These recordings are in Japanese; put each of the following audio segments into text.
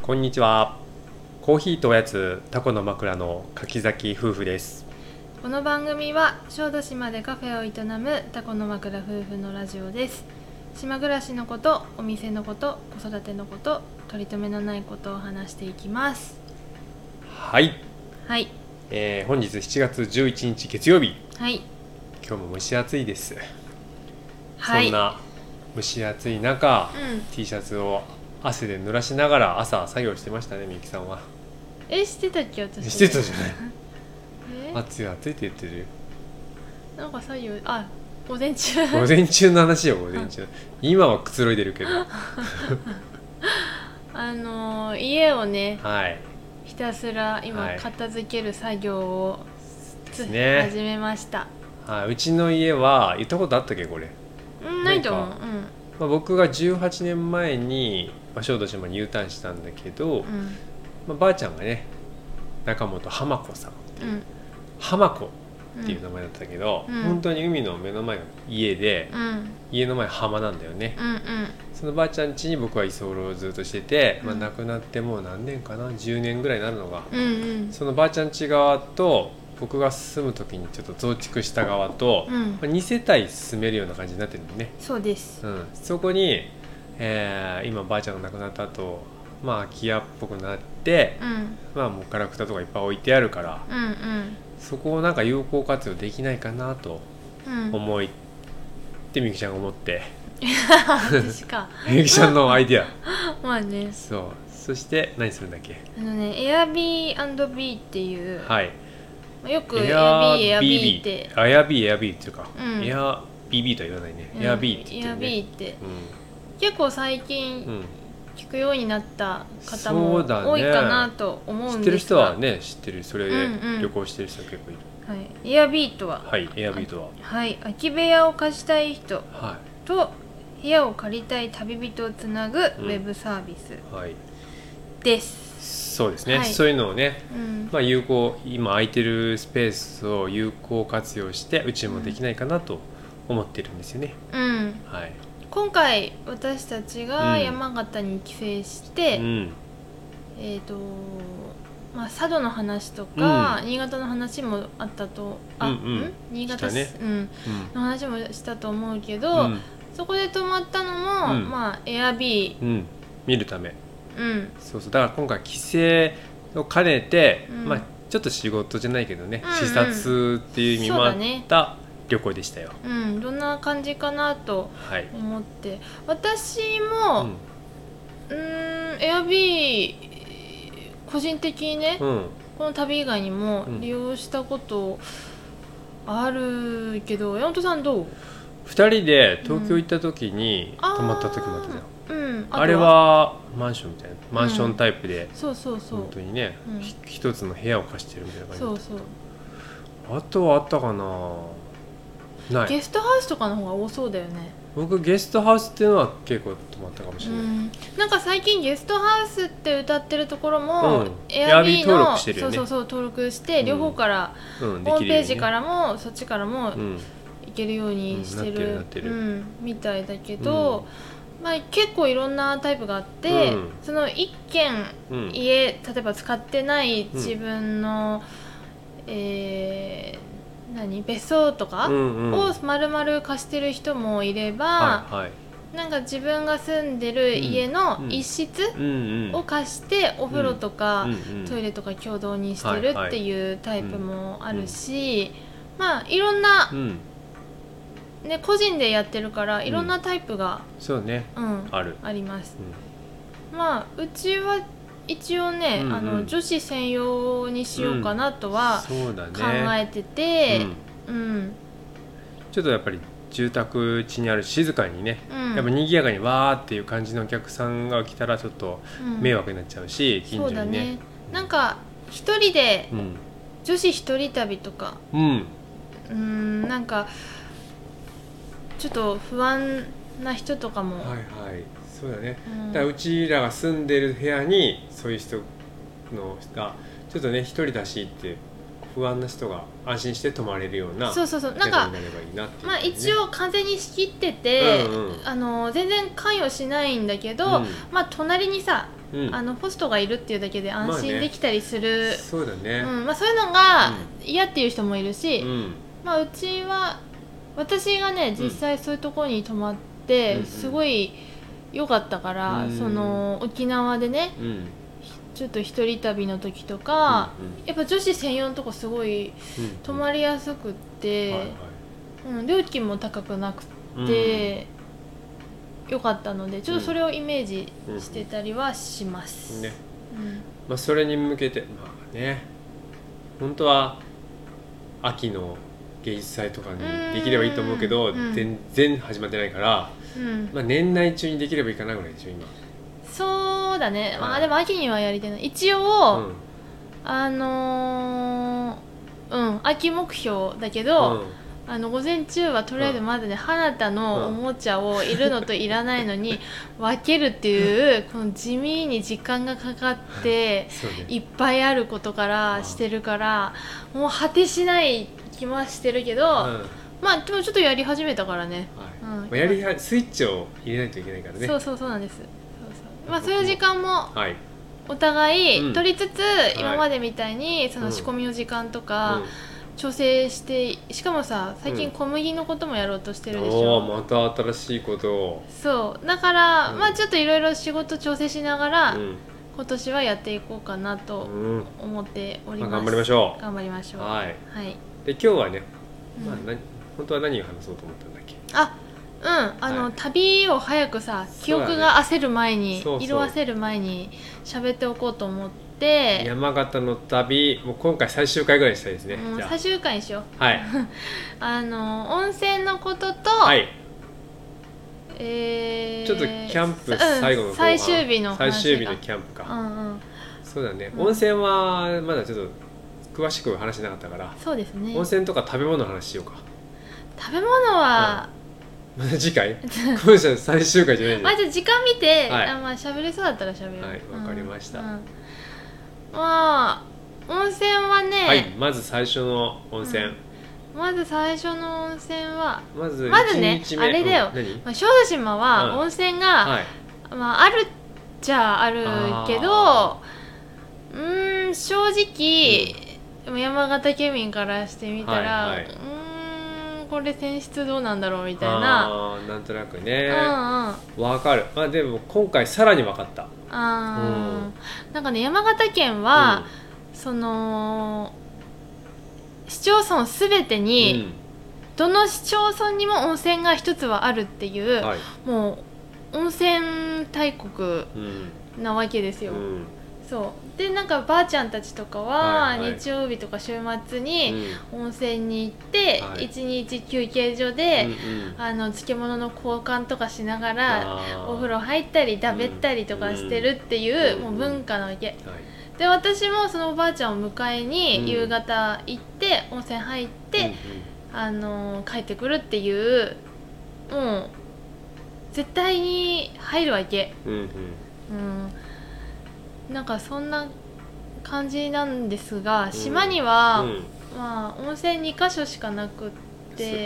こんにちは。コーヒーとおやつタコの枕の柿崎夫婦です。 この番組は小豆島でカフェを営むタコの枕夫婦のラジオです。島暮らしのこと、お店のこと、子育てのこと、取り留めのないことを話していきます。 はい、 はい、 本日7月11日月曜日、 はい、 今日も蒸し暑いです。 はい、 そんな蒸し暑い中、T シャツを汗で濡らしながら朝作業してましたね、みゆきさんは。 してたっけ私。 してたじゃない暑い暑いって言ってるよ。 なんか作業、午前中午前中の話よ、午前中今はくつろいでるけど家をね、 はい、 ひたすら今片付ける作業を、始めました。 うちの家は言ったことあったっけこれ。 ないと思う。 僕が18年前に小豆島に U ターンしたんだけど、ばあちゃんがね、中本浜子さんっていう、浜子っていう名前だったけど、本当に海の目の前が家で、家の前浜なんだよね。そのばあちゃん家に僕は居候をずっとしてて、亡くなってもう何年かな、10年ぐらいになるのが、そのばあちゃん家側と僕が住む時にちょっと増築した側と、2世帯住めるような感じになってるんだよね。 そうです、 そこに、今ばあちゃんが亡くなった後、空き家っぽくなって、もうガラクタとかいっぱい置いてあるから、そこをなんか有効活用できないかなと思いってみゆきちゃんが思って私かみゆきちゃんのアイディアまあね。 そして何するんだっけ。 Airbnb っていう、よく Airbnb って、 Airbnb っていうか、Airbnb とは言わないね。Airbnb って言ってね。 って結構最近聞くようになった方も多いかなと思うんですが、知ってる人はね知ってる。それで旅行してる人は結構いる。 Airbnb とは、 Airbnb とは、 空き部屋を貸したい人と部屋を借りたい旅人をつなぐウェブサービスです。 そうですね、そういうのをね、有効、今空いてるスペースを有効活用してうちもできないかなと思ってるんですよね。 今回私たちが山形に帰省して、佐渡の話とか、新潟の話もあったと、新潟の話もしたと思うけど、そこで泊まったのも、Airbnb、 見るため、そうだから今回帰省を兼ねて、ちょっと仕事じゃないけどね、視察っていう意味もあった旅行でしたよ。 どんな感じかなと思って、私もAirbnb個人的にね、この旅以外にも利用したことあるけど、山本さんどう ？2人で東京行った時に泊まった時もあったじゃん。あれはマンションみたいな、マンションタイプで、本当にね、一つの部屋を貸してるみたいな感じ。あとはあったかな。ない。 ゲストハウスとかの方が多そうだよね。 僕ゲストハウスっていうのは結構泊まったかもしれない。 なんか最近ゲストハウスって歌ってるところも、 Airbnb 登録してるよね。 登録して、両方から、ホームページからもそっちからも行けるようにしてるみたいだけど、結構いろんなタイプがあって、その一軒家、例えば使ってない自分の、別荘とかを丸々貸してる人もいれば、なんか自分が住んでる家の一室を貸してお風呂とかトイレとか共同にしてるっていうタイプもあるし、いろんな、個人でやってるからいろんなタイプが、あります。うちは一応ね、女子専用にしようかなとは考えてて、 ちょっとやっぱり住宅地にある静かにね、やっぱ賑やかにわーっていう感じのお客さんが来たらちょっと迷惑になっちゃうし、近所にね。 なんか一人で、女子一人旅とか、なんかちょっと不安な人とかも、 そうだね。だからうちらが住んでる部屋にそういう人のがちょっとね一人だしって不不安な人が安心して泊まれるような宿になればいいなっていう、 まあ一応完全に仕切ってて、全然関与しないんだけど、まあ隣にさホストがいるっていうだけで安心できたりする、 そうだね、 まあ、そういうのが嫌っていう人もいるし、まあ、うちは私がね実際そういうところに泊まってすごい良かったから、その沖縄でね、ちょっと一人旅の時とか、やっぱ女子専用のとこすごい泊まりやすくって、料金も高くなくて、良かったのでちょっとそれをイメージしてたりはします、 ね、まあ、それに向けてまあね本当は秋の芸術祭とかにできればいいと思うけど、全然始まってないから、まあ、年内中にできればいいかなぐらいでしょ今。 そうだね、まあでも秋にはやりたいな一応、秋目標だけど、午前中はとりあえずまずね、花田のおもちゃをいるのといらないのに分けるっていうこの地味に時間がかかっていっぱいあることからしてるから、もう果てしない気もしてるけど、まあでもちょっとやり始めたからね、 スイッチを入れないといけないからね。 そうなんです。まあそういう時間もお互い取りつつ、今までみたいにその仕込みの時間とか調整して、しかもさ最近小麦のこともやろうとしてるでしょ。 また新しいことを。 そうだから、まあちょっといろいろ仕事調整しながら、今年はやっていこうかなと思っております。 頑張りましょう。 頑張りましょう。 はい。で今日はね、本当は何を話そうと思ったんだっけ。 旅を早くさ、記憶が焦る前に、色あせる前に喋っておこうと思って、 山形の旅、もう今回最終回ぐらいにしたいですね。 最終回にしよう。 はい。 温泉のことと、 ちょっとキャンプ最後の後半、 最終日のキャンプか。そうだね。温泉はまだちょっと詳しく話してなかったから。 そうですね。 温泉とか食べ物の話しようか。 食べ物は。 また次回今週最終回じゃないんでじゃあ時間見て、まあ喋れそうだったら喋る。 はい、わかりました。 まあ温泉はね、 まず最初の温泉、 まず最初の温泉はまずね、あれだよ、小豆島は温泉がまああるっちゃあるけど、正直山形県民からしてみたら、これ泉質どうなんだろうみたいな、 なんとなくね、わかる。まあでも今回さらに分かった。 なんかね、山形県は、その市町村すべてに、どの市町村にも温泉が一つはあるっていう、もう温泉大国なわけですよ。そうで、なんかばあちゃんたちとかは日曜日とか週末に温泉に行って1日休憩所で漬物の交換とかしながらお風呂入ったりだべったりとかしてるっていうもう文化なわけで、私もそのおばあちゃんを迎えに夕方行って温泉入って帰ってくるっていう、もう絶対に入るわけ。なんかそんな感じなんですが、島には、まあ温泉2カ所しかなくって、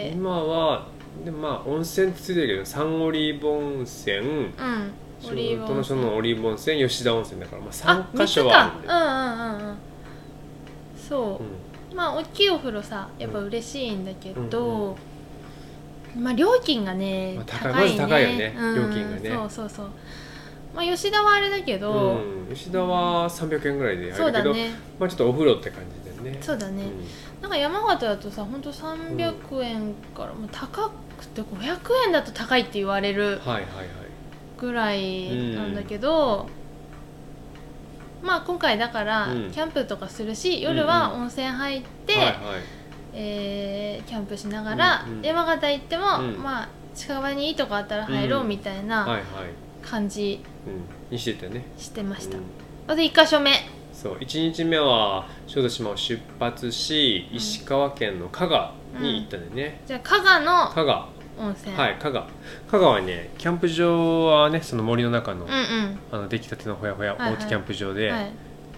今はでまあ温泉ってついてるけど、三オリーブ温泉、その人のオリーブ温泉、吉田温泉だから、まあ3カ所はあるんで。 そう、まあ大きいお風呂さやっぱ嬉しいんだけど、まあ料金がね高いね。まず高いよね、料金がね。 そうまあ吉田はあれだけど、 吉田は300円ぐらいでやるけど、まあちょっとお風呂って感じだよね。 そうだね。なんか山形だとさ、ほんと300円からもう高くて500円だと高いって言われるぐらいなんだけど、まあ今回だからキャンプとかするし、夜は温泉入ってキャンプしながら山形行ってもまあ近場にいいとこあったら入ろうみたいな感じにしてたね。 してました。まず1カ所目。 そう1日目は小豆島を出発し、石川県の加賀に行ったんだよね。 じゃあ加賀温泉。 加賀はね、キャンプ場はね、その森の中の出来たてのほやほや大津キャンプ場で、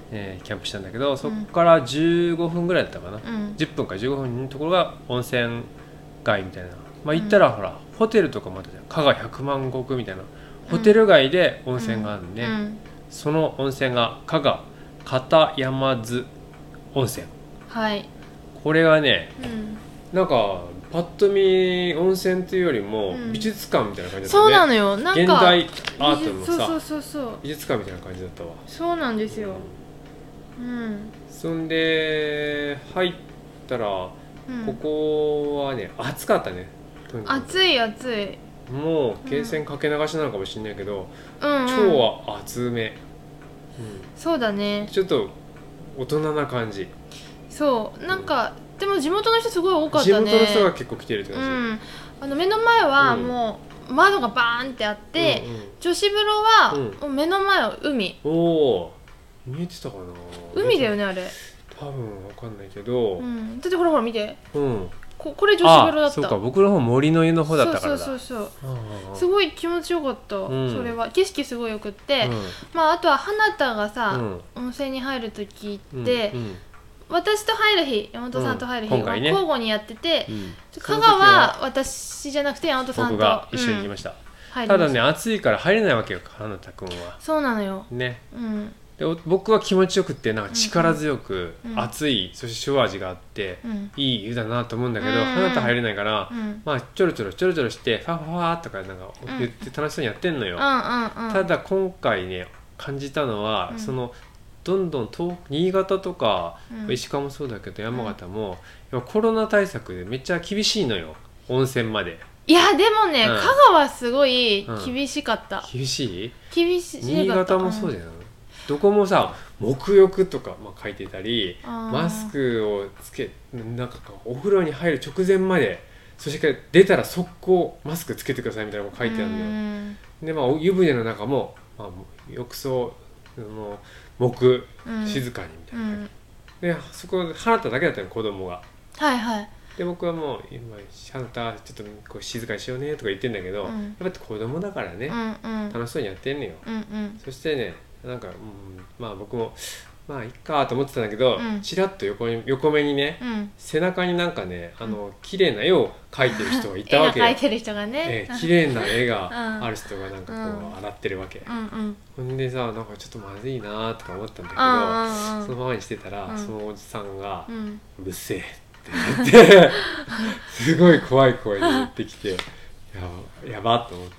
キャンプしたんだけど、そこから15分ぐらいだったかな、10分か15分のところが温泉街みたいな、まあ行ったらほらホテルとかもあったじゃん、加賀百万石みたいなホテル街で温泉があるね、その温泉が加賀片山津温泉、 はい、 これがね、なんかパッと見温泉というよりも美術館みたいな感じだったね、 そうなのよ、なんか現代アートのさそう美術館みたいな感じだったわ。 そうなんですよ、 そんで入ったら、ここはね暑かったね、とにかく暑い暑い、 もう源泉かけ流しなのかもしれないけど、超熱め、 そうだね、 ちょっと大人な感じ、 そうなんか、でも地元の人すごい多かったね。 地元の人が結構来てるって感じ、目の前はもう窓がバーンってあって、女子風呂は目の前は海、 おお見えてたかな、 海だよねあれ、 多分わかんないけど、 だってほらほら見て、これ女子風呂だった。 そうか、僕の方森の湯の方だったからだ。 そうすごい気持ちよかった、それは景色すごいよくって、まああとは花田がさ、温泉に入る時って、私と入る日、山本さんと入る日は交互にやってて、香川は私じゃなくて山本さんと僕が一緒に行きました。ただね、暑いから入れないわけよ、花田くんは。 そうなのよね、で僕は気持ちよくって、なんか力強く熱い、そして塩味があっていい湯だなと思うんだけど、花田入れないから、まあちょろちょろしてファファファとかなんか言って楽しそうにやってんのよ。ただ今回ね感じたのは、そのどんどん新潟とか石川もそうだけど山形もコロナ対策でめっちゃ厳しいのよ、温泉まで。 いやでもね、香川すごい厳しかった。 厳しい？ 厳しい。 新潟もそうじゃない？どこもさ、沐浴とか、書いてたり、マスクをつけ、なんかお風呂に入る直前まで、そして出たら速攻マスクつけてくださいみたいなのが書いてあるのよ。で湯船の中も、浴槽の静かにみたいな、でそこ花田だけだったの、子供が。で僕はもう今花田ちょっとこう静かにしようねとか言ってんだけど、やっぱり子供だからね、楽しそうにやってんのよ。そしてね、なんか、僕もまあいっかと思ってたんだけど、ちらっと横目にね、背中になんかね、綺麗な絵を描いてる人がいたわけよ。 絵が描いてる人がね、 綺麗な絵がある人がなんかこう洗ってるわけ。ほんでさ、なんかちょっとまずいなとか思ったんだけど、そのままにしてたら、そのおじさんが「うるせえ」って言ってすごい怖い声で言ってきて、やばっと思って。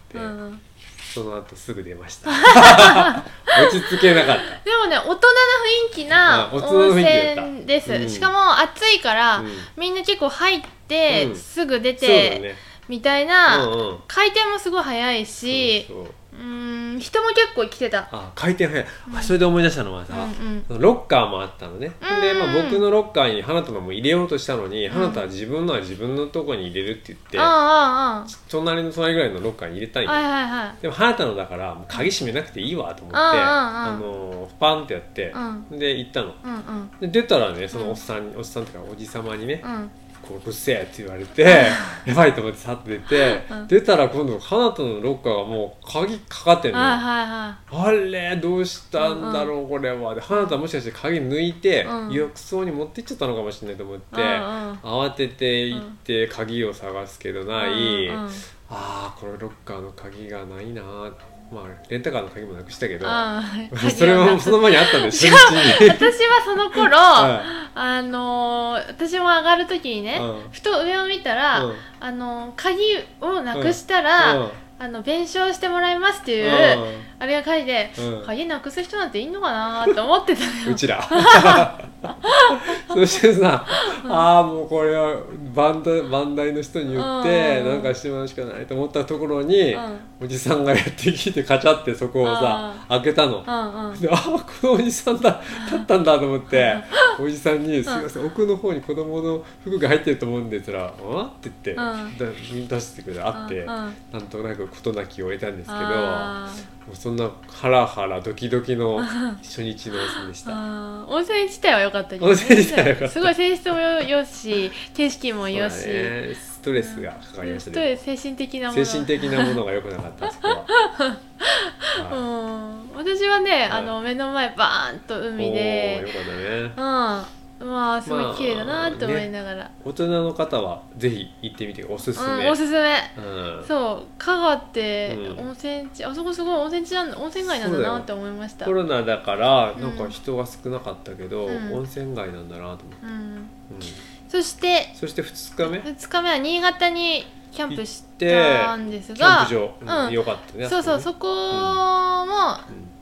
その後すぐ出ました落ち着けなかった。 でもね、大人な雰囲気な温泉です、しかも暑いから、みんな結構入ってすぐ出て、みたいな、回転もすごい早いし、人も結構来てた。 回転早い。それで思い出したのはさ、ロッカーもあったのね。で、僕のロッカーに花田も入れようとしたのに、花田は自分のは自分のとこに入れるって言って、隣の隣ぐらいのロッカーに入れたいんだよ。でも花田のだから鍵閉めなくていいわと思って、パンってやって、で行ったの。で出たらね、そのおっさんっていうかおじさまにね、うるせえって言われてやばいと思って去って出たら今度花田のロッカーがもう鍵かかってんのよ。あれどうしたんだろうこれは。で花田もしかして鍵抜いて浴槽に持ってっちゃったのかもしれないと思って慌てて行って鍵を探すけどない。これロッカーの鍵がないな。レンタカーの鍵もなくしたけど、それもその前にあったんで初日に私はその頃、私も上がる時にね、ふと上を見たら、鍵をなくしたら、弁償してもらいますっていう、あれが書いて、鍵なくす人なんていんのかなと思ってたのよ。 うちらそしてさ、もうこれはバンダイの人に言ってなんかしてもらうしかないと思ったところに、おじさんがやってきてカチャってそこをさ開けたの。で、このおじさんだったんだと思っておじさんに「すいません、奥の方に子供の服が入ってると思うんで」って言ったら「って言って出してくれてあって、なんとなく事なきを得たんですけど、もうそんなハラハラドキドキの初日の温泉でした。 温泉自体は良かったけど、 温泉自体は良かった。 すごい泉質もよし、景色もよし、 ストレスがかかりましたね。 精神的なものが良くなかった。 そこは私はね、目の前バーンと海で、 よかったね。 まあすごい綺麗だなって思いながら、 大人の方はぜひ行ってみて、おすすめ。 おすすめ。そう、香川って温泉地、あそこすごい温泉街なんだなって思いました。 コロナだからなんか人が少なかったけど、温泉街なんだなと思って。 そして 2日目は新潟にキャンプしたんですが、 キャンプ場よかったね。 そう、そこも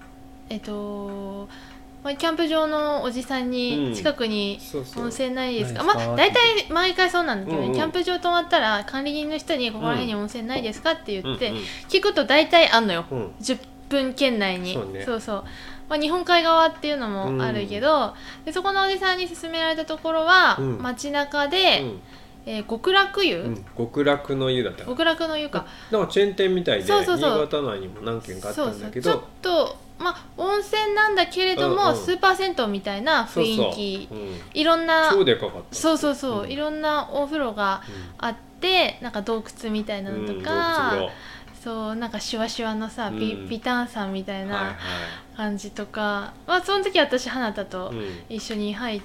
キャンプ場のおじさんに近くに温泉ないですか、大体毎回そうなんだけど、キャンプ場泊まったら管理人の人にここら辺に温泉ないですかって言って聞くと大体あんのよ、10分圏内に。そう、日本海側っていうのもあるけど、そこのおじさんに勧められたところは街中で極楽湯、 極楽の湯だった。 極楽の湯か、 なんかチェーン店みたいで新潟内にも何軒かあったんだけど、 ちょっと温泉なんだけれどもスーパー銭湯みたいな雰囲気、いろんな超でかかった。 そう、いろんなお風呂があって、なんか洞窟みたいなのとか、そうなんかシュワシュワのさビタンさんみたいな感じとか、その時私花田と一緒に入って、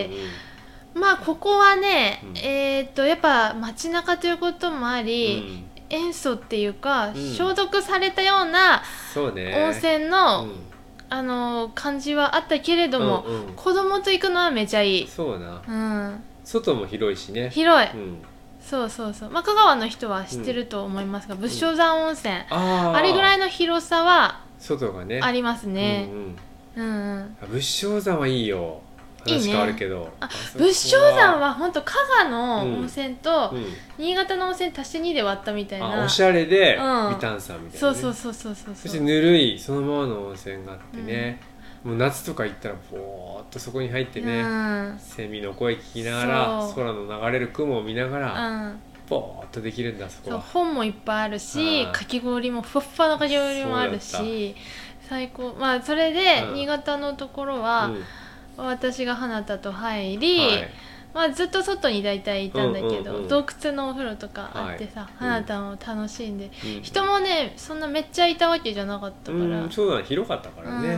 ここはね、やっぱ街中ということもあり、塩素っていうか、消毒されたような温泉の、感じはあったけれども、子供と行くのはめちゃいい。 そうな、外も広いしね。 広い、そう、香川の人は知ってると思いますが、仏生山温泉、あれぐらいの広さは外がねありますね。 仏生山はいいよ。話変わるけど、 仏生山は本当加賀の温泉と新潟の温泉足して2で割ったみたいな、 おしゃれで微炭酸みたいなね。 そうそしてぬるいそのままの温泉があってね、もう夏とか行ったらぼーっとそこに入ってね、セミの声聞きながら空の流れる雲を見ながらぼーっとできるんだ。そこは本もいっぱいあるし、かき氷もふわふわのかき氷もあるし最高。それで新潟のところは私が花田と入り、ずっと外に大体いたんだけど、洞窟のお風呂とかあってさ、花田を楽しんで、人もねそんなめっちゃいたわけじゃなかったから、 そうだね、広かったからね。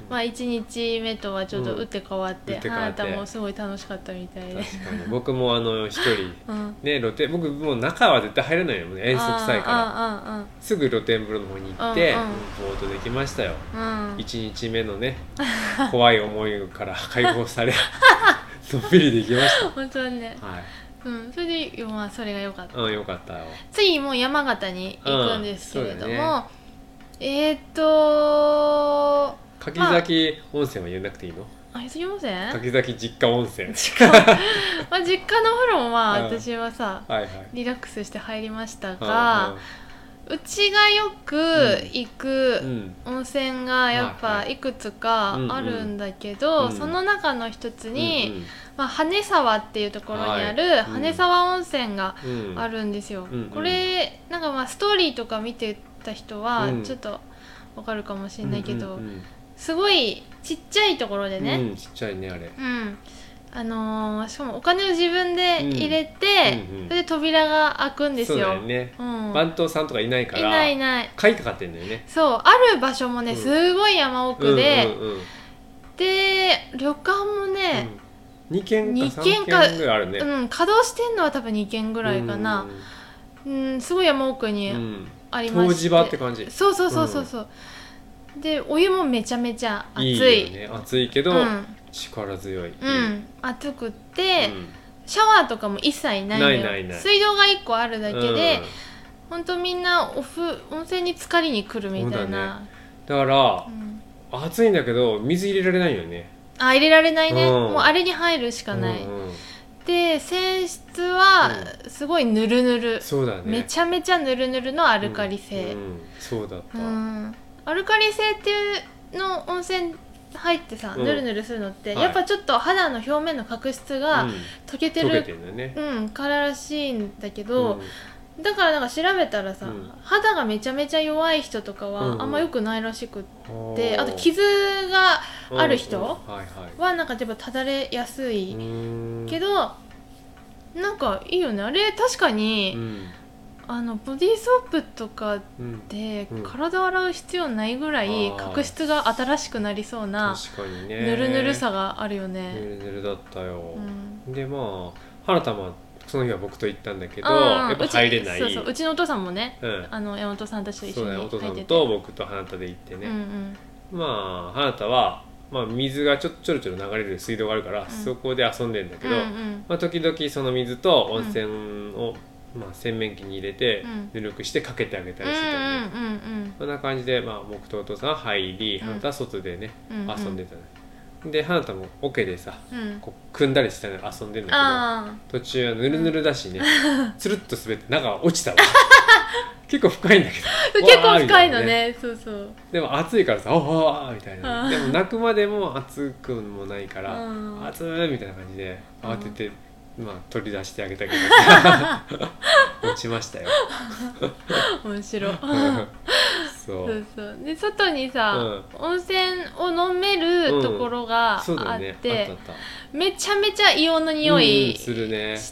1日目とはちょっと打って変わって、花田もすごい楽しかったみたいで。 確かに僕も一人ね、露天、僕もう中は絶対入れないよね、遠足臭いから。すぐ露天風呂の方に行ってぼーっとできましたよ。1日目のね怖い思いから解放されのんびりできました。 本当はね。それでそれが良かった。 良かったよ。 次もう山形に行くんですけれども、 柿崎温泉は言えなくていいの？ 柿崎温泉？ 柿崎実家温泉。 実家のお風呂も私はさリラックスして入りましたが、うちがよく行く温泉がやっぱいくつかあるんだけど、その中の一つに羽沢っていうところにある羽沢温泉があるんですよ。これなんかストーリーとか見てた人はちょっとわかるかもしれないけど、すごいちっちゃいところでね、 ちっちゃいねあれ。 しかもお金を自分で入れて、それで扉が開くんですよ。そうだよね。番頭さんとかいないから。いない。鍵かかってんだよね。 そう、ある場所もね、すごい山奥で、で旅館もね、 2軒か3軒ぐらいあるね。 稼働してんのは多分2軒ぐらいかな。すごい山奥にありまして。湯治場って感じ。そう。でお湯もめちゃめちゃ熱い。いいよね。熱いけど。力強い。 熱くって、シャワーとかも一切ないのよ。水道が1個あるだけで、本当みんな温泉に浸かりに来るみたいな。 だから暑いんだけど水入れられないよね。 入れられないね。もうあれに入るしかない。で泉質はすごいぬるぬる。そうだね。めちゃめちゃぬるぬるのアルカリ性。 そうだった。 アルカリ性っていうの温泉入ってさ、ぬるぬるするのって、やっぱちょっと肌の表面の角質が溶けてるかららしいんだけど、だからなんか調べたらさ、肌がめちゃめちゃ弱い人とかはあんま良くないらしくって、あと傷がある人はなんかやっぱただれやすいけど、なんかいいよねあれ。確かにボディーソープとかで体洗う必要ないぐらい角質が新しくなりそうなぬるぬるさがあるよね。 ぬるぬるだったよ、でまあ花田もその日は僕と行ったんだけど、やっぱ入れない。 そううちのお父さんもね、山本さんたちと一緒に入ってて、 そうだね、お父さんと僕と花田で行ってね、まあ花田はまあ、水がちょろちょろ流れる水道があるから、そこで遊んでんだけど、まあ、時々その水と温泉を、まあ、洗面器に入れてぬるくしてかけてあげたりしてたので、こんな感じで、まあ、僕とお父さんは入り、花田は外でね、遊んでたね。で花田も桶でさ、こう組んだりして遊んでんだけど、途中はぬるぬるだしね、つるっと滑って中落ちたわ結構深いんだけど結構深いのね。そうそう。 でも暑いからさ、おおみたいな。でも泣くまでも暑くもないから、暑いみたいな感じで慌てて、まあ取り出してあげたけど落ちましたよ面白いそうで外にさ、温泉を飲めるところがあって、めちゃめちゃ硫黄の匂いして、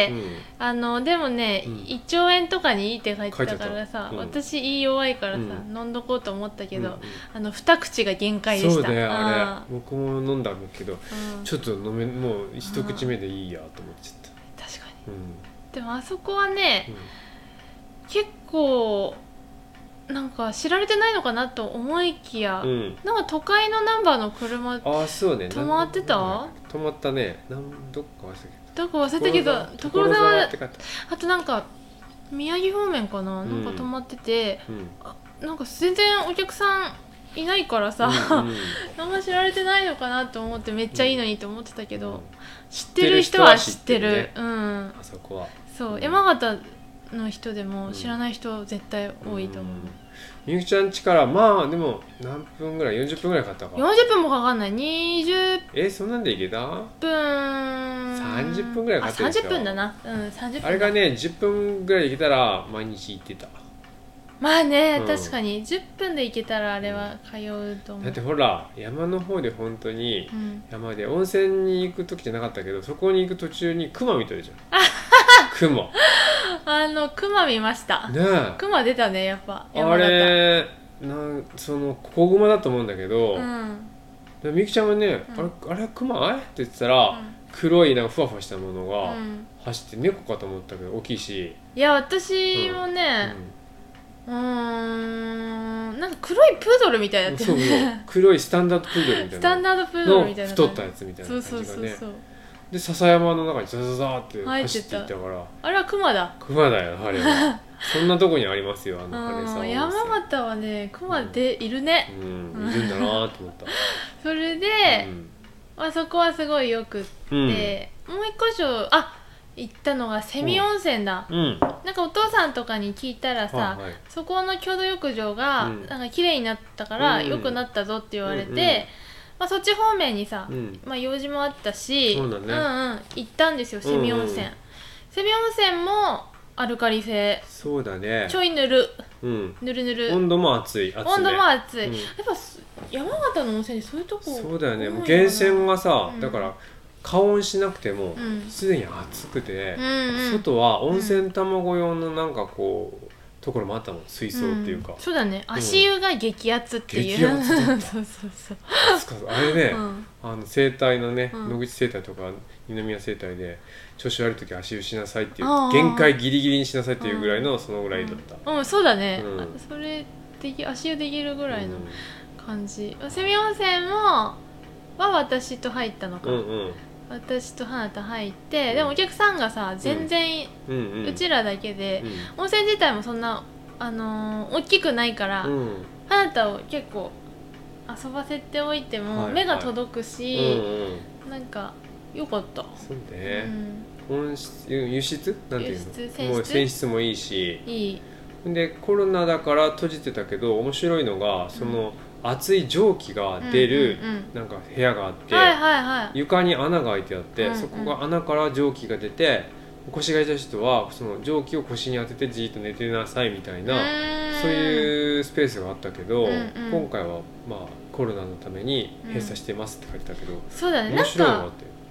でもね、胃腸炎とかにいいって書いてたからさ、私胃弱いからさ、飲んどこうと思ったけど、二口が限界でした。 そうね、あれ僕も飲んだんだけど、ちょっともう一口目でいいやと思っちゃった。 確かに、でもあそこはね、結構なんか知られてないのかなと思いきや、なんか都会のナンバーの車止まってた？ 止まったね。どっか忘れたけど、所沢、あとなんか宮城方面かな、なんか止まってて、なんか全然お客さんいないからさ、あんま知られてないのかなと思ってめっちゃいいのにと思ってたけど、知ってる人は知ってる。あそこはそう、山形の人でも知らない人絶対多いと思う。 みゆきちゃん家からまあでも何分ぐらい、40分ぐらいかかったか。 40分もかかんない。20 そんなんで行けた？ 分 30分ぐらいかかってるでしょ。 30分だな。30分。 あれがね10分ぐらいで行けたら毎日行ってた。 まあね、確かに10分で行けたらあれは通うと思う。 だってほら山の方で本当に山で温泉に行く時じゃなかったけど、そこに行く途中にクマ見とるじゃんクマクマ見ましたね。クマ出たね、やっぱあれその子グマだと思うんだけど、みゆきちゃんがね、あれクマって言ってたら、黒いなんかふわふわしたものが走って、猫かと思ったけど大きいし。 いや私もね、なんか黒いプードルみたいなやつ、 黒いスタンダードプードルみたいな、 スタンダードプードルみたいな太ったやつみたいな感じがね。で笹山の中にザザザって走っていったから、 あれはクマだ。 クマだよあれはそんなとこにありますよ、 山形はね、クマでいるね。 いるんだなと思ったそれで、あそこはすごいよくって、もう一箇所行ったのがセミ温泉だ。なんかお父さんとかに聞いたらさ、そこの郷土浴場がなんか綺麗になったから良くなったぞって言われて、そっち方面にさ、用事もあったし、行ったんですよ、セミ温泉。セミ温泉もアルカリ性。 そうだね。 ちょいぬるぬるぬる。 温度も熱い。 温度も熱い。やっぱ山形の温泉にそういうとこ。 そうだよね。もう源泉がさ、だから加温しなくてもすでに熱くて、外は温泉卵用のなんかこうところもあったもん、水槽っていうか。 そうだね、足湯が激熱っていう。そうあれね、整体のね、野口整体とか二宮整体で調子悪い時足湯しなさいっていう、限界ギリギリにしなさいっていうぐらいの、そのぐらいだった。 そうだね、それ足湯できるぐらいの感じ。セミ温泉は私と入ったのか。私と花田入って、でもお客さんがさ全然うちらだけで、温泉自体もそんな大きくないから、花田を結構遊ばせておいても目が届くし、なんか良かった。 そうね、輸出なんていうの、もう泉質もいいし、でコロナだから閉じてたけど、面白いのがその熱い蒸気が出るなんか部屋があって、床に穴が開いてあって、そこが穴から蒸気が出て、腰が痛い人はその蒸気を腰に当ててじーっと寝てなさいみたいな、そういうスペースがあったけど、今回はまあコロナのために閉鎖してますって書いてたけど、 そうだね、 面白いなって。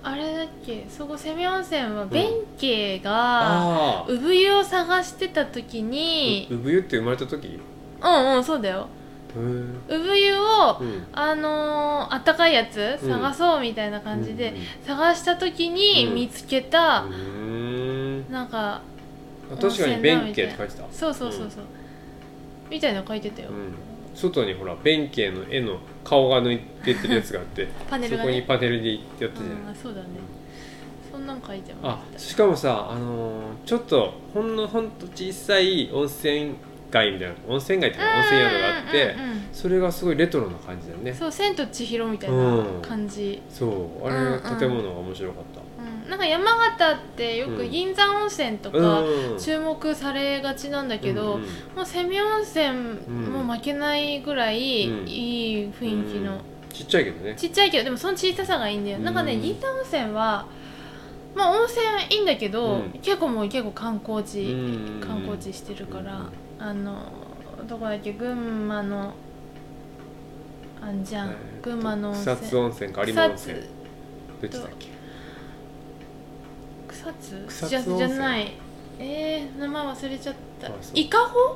あれだっけ、そこ瀬見温泉は弁慶が産湯を探してた時に、 産湯って生まれた時？ そうだよ。産湯を、あったかいやつ探そうみたいな感じで探した時に見つけた、なんか確かに弁慶って書いてた。 そうみたいなの書いてたよ。 外にほら弁慶の絵の顔が抜いてるやつがあってパネルがね、 そこにパネルでやったじゃない。 そうだね、そんなん書いてました。 しかもさ、ちょっとほんと小さい温泉街みたいな、温泉街っていうか温泉宿があって、それがすごいレトロな感じだよね。 そう、千と千尋みたいな感じ。 そう、あれ建物が面白かった。 なんか山形ってよく銀山温泉とか注目されがちなんだけど、もう瀬見温泉も負けないぐらいいい雰囲気の、 ちっちゃいけどね。 ちっちゃいけどでもその小ささがいいんだよ。なんかね、銀山温泉はまあ温泉いいんだけど、結構観光地してるから、どこだっけ、群馬のじゃん、群馬の草津温泉か有馬温泉どっちだっけ。 草津じゃない、名前忘れちゃった。伊香保？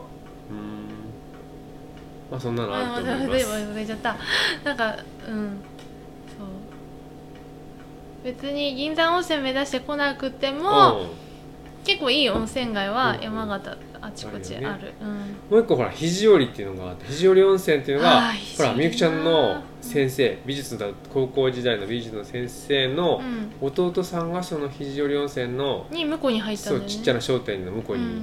そんなのあると思います。 忘れちゃった。なんかそう別に銀山温泉目指してこなくても結構いい温泉街は山形あちこちある。 もう一個ほら肘折っていうのがあって、肘折温泉っていうのがほらみゆきちゃんの先生、美術の高校時代の美術の先生の弟さんがその肘折温泉の向こうに入ったんだよね。 そうちっちゃな商店の向こうに行って、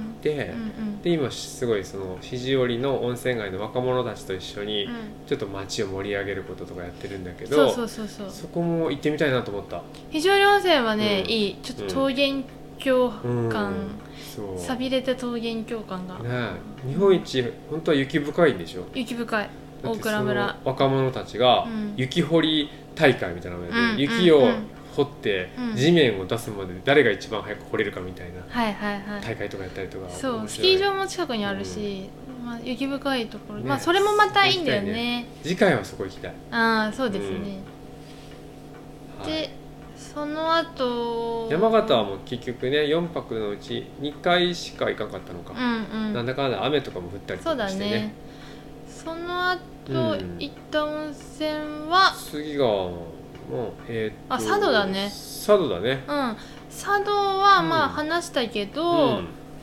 で今すごいその肘折の温泉街の若者たちと一緒にちょっと街を盛り上げることとかやってるんだけど、そこも行ってみたいなと思った。 肘折温泉はね、いい。ちょっと桃源郷感、寂れた桃源郷感が、 日本一本当は雪深いんでしょ。 雪深い大倉村。 若者たちが雪掘り大会みたいなので、雪を掘って地面を出すまで誰が一番早く掘れるかみたいな大会とかやったりとか。 そう、スキー場も近くにあるし、雪深いところ、それもまたいいんだよね。 次回はそこ行きたい。 そうですね。でその後山形はもう結局ね4泊のうち2回しか行かなかったのか。なんだかんだ雨とかも降ったりとかしてね。 その後行った温泉は杉川も佐渡だね。 佐渡だね。 佐渡はまあ話したけど、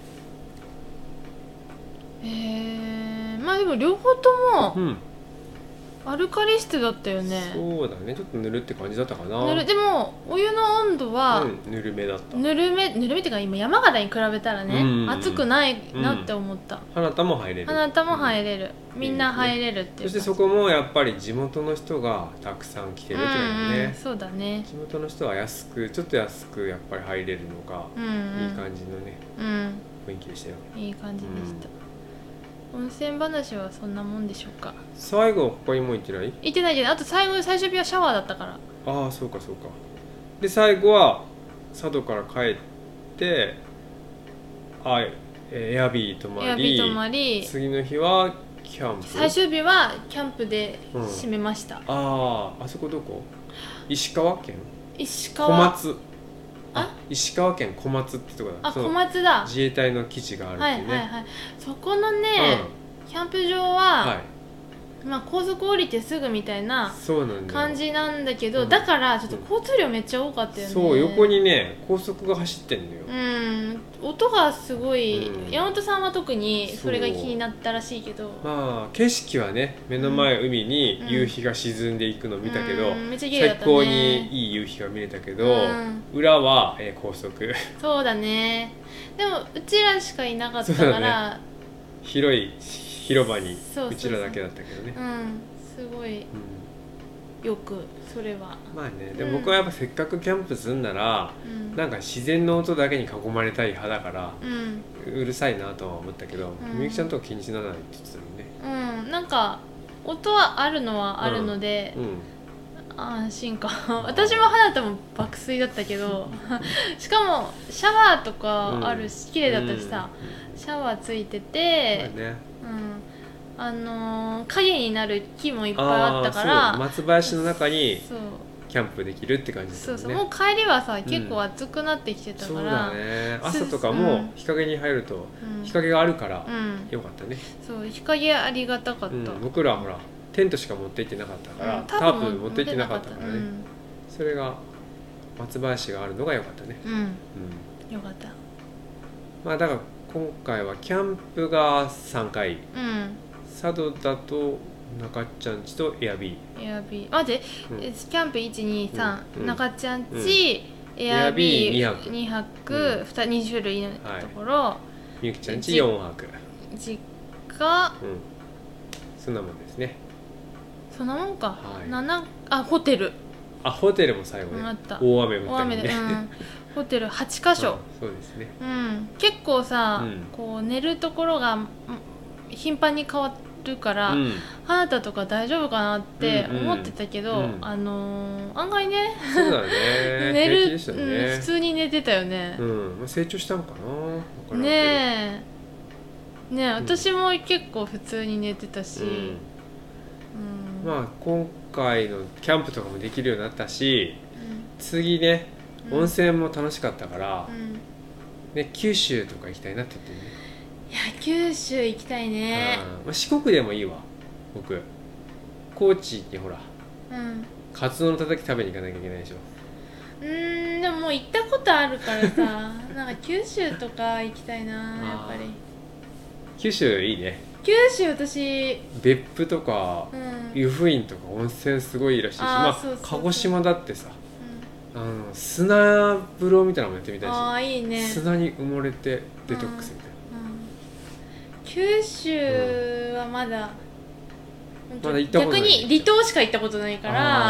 まあでも両方ともアルカリ質だったよね。 そうだね、ちょっとぬるって感じだったかな。 でもお湯の温度はぬるめだった。 ぬるめっていうか今山形に比べたらね、熱くないなって思った。 花田も入れる。 花田も入れる。みんな入れるっていう。 そしてそこもやっぱり地元の人がたくさん来てるっていうね。 そうだね。 地元の人はちょっと安くやっぱり入れるのがいい感じのね、雰囲気でしたよ。 いい感じでした。温泉話はそんなもんでしょうか。 最後他にも行ってない？ 行ってないけど、あと最終日はシャワーだったから。 そうか。で最後は佐渡から帰ってエアビー泊まり、次の日はキャンプ。 最終日はキャンプで締めました。 あそこどこ？石川県？小松。石川県小松ってとこだ。 小松だ。 自衛隊の基地があるっていうね。 そこのね、キャンプ場は高速降りてすぐみたいな感じなんだけど、だからちょっと交通量めっちゃ多かったよね。 そう、横にね高速が走ってんのよ。 音がすごい。山本さんは特にそれが気になったらしいけど、 景色はね、目の前海に夕日が沈んでいくのを見たけど、 めっちゃ綺麗だったね。 最高にいい夕日が見れたけど、裏は高速。 そうだね。でもうちらしかいなかったから、 広い広場にうちらだけだったけどね。 すごいよくそれは。 でも僕はやっぱせっかくキャンプするなら、なんか自然の音だけに囲まれたい派だから、うるさいなとは思ったけど、みゆきちゃんとは気にしならないって言ってたもんね。 なんか音はあるのはあるので、安心か。私も花田も爆睡だったけどしかもシャワーとかあるし、綺麗だったしさ、シャワーついてて、影になる木もいっぱいあったから、 松林の中にキャンプできるって感じですね。そうそう、もう帰りはさ結構暑くなってきてたから、 そうだね、朝とかも日陰に入ると日陰があるからよかったね。 そう、日陰ありがたかった。 僕らはほらテントしか持って行ってなかったから、タープ持って行ってなかったからね、それが松林があるのが良かったね。 よかった。 まあだから今回はキャンプが3回、佐渡だと中ちゃん家とエアビー待って、キャンプ123、中ちゃん家、エアビー2泊、2種類のところ、 みゆきちゃん家4泊、 実家、 そんなもんですね。 そんなもんか、ホテルも最後ね、大雨降ったりね、 ホテル8カ所、 そうですね、 結構さ、こう寝るところが頻繁に変わるから、あなたとか大丈夫かなって思ってたけど、案外ね、 そうだね寝る、普通に寝てたよね。 成長したのかな。 ねえ、私も結構普通に寝てたし、 まあ今回のキャンプとかもできるようになったし、次ね温泉も楽しかったから、九州とか行きたいなって言ってね。 いや九州行きたいね。 四国でもいいわ。僕高知にほら、カツオのたたき食べに行かなきゃいけないでしょ。 でももう行ったことあるからさなんか九州とか行きたいな、やっぱり。 九州いいね。 九州私別府とか、湯布院とか温泉すごいいいらしいし、鹿児島だってさ、砂風呂みたいなのもやってみたいし、 いいね、 砂に埋もれてデトックスみたいな。 九州はまだ行ったことない。 逆に離島しか行ったことないから、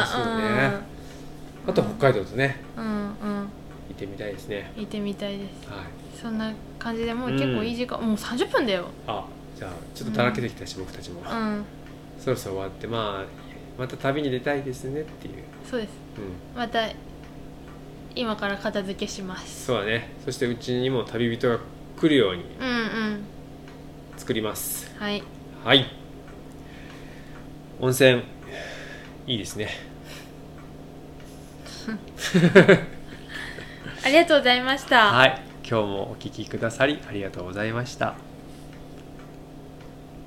あと北海道とね、行ってみたいですね。 行ってみたいです。そんな感じでもう結構いい時間、もう30分だよ。 じゃあちょっとだらけてきたし、僕たちもそろそろ終わって、また旅に出たいですねっていう。 そうです、また今から片付けします。 そうだね。そしてうちにも旅人が来るように作ります。はい、温泉いいですねありがとうございました。 今日もお聞きくださりありがとうございました。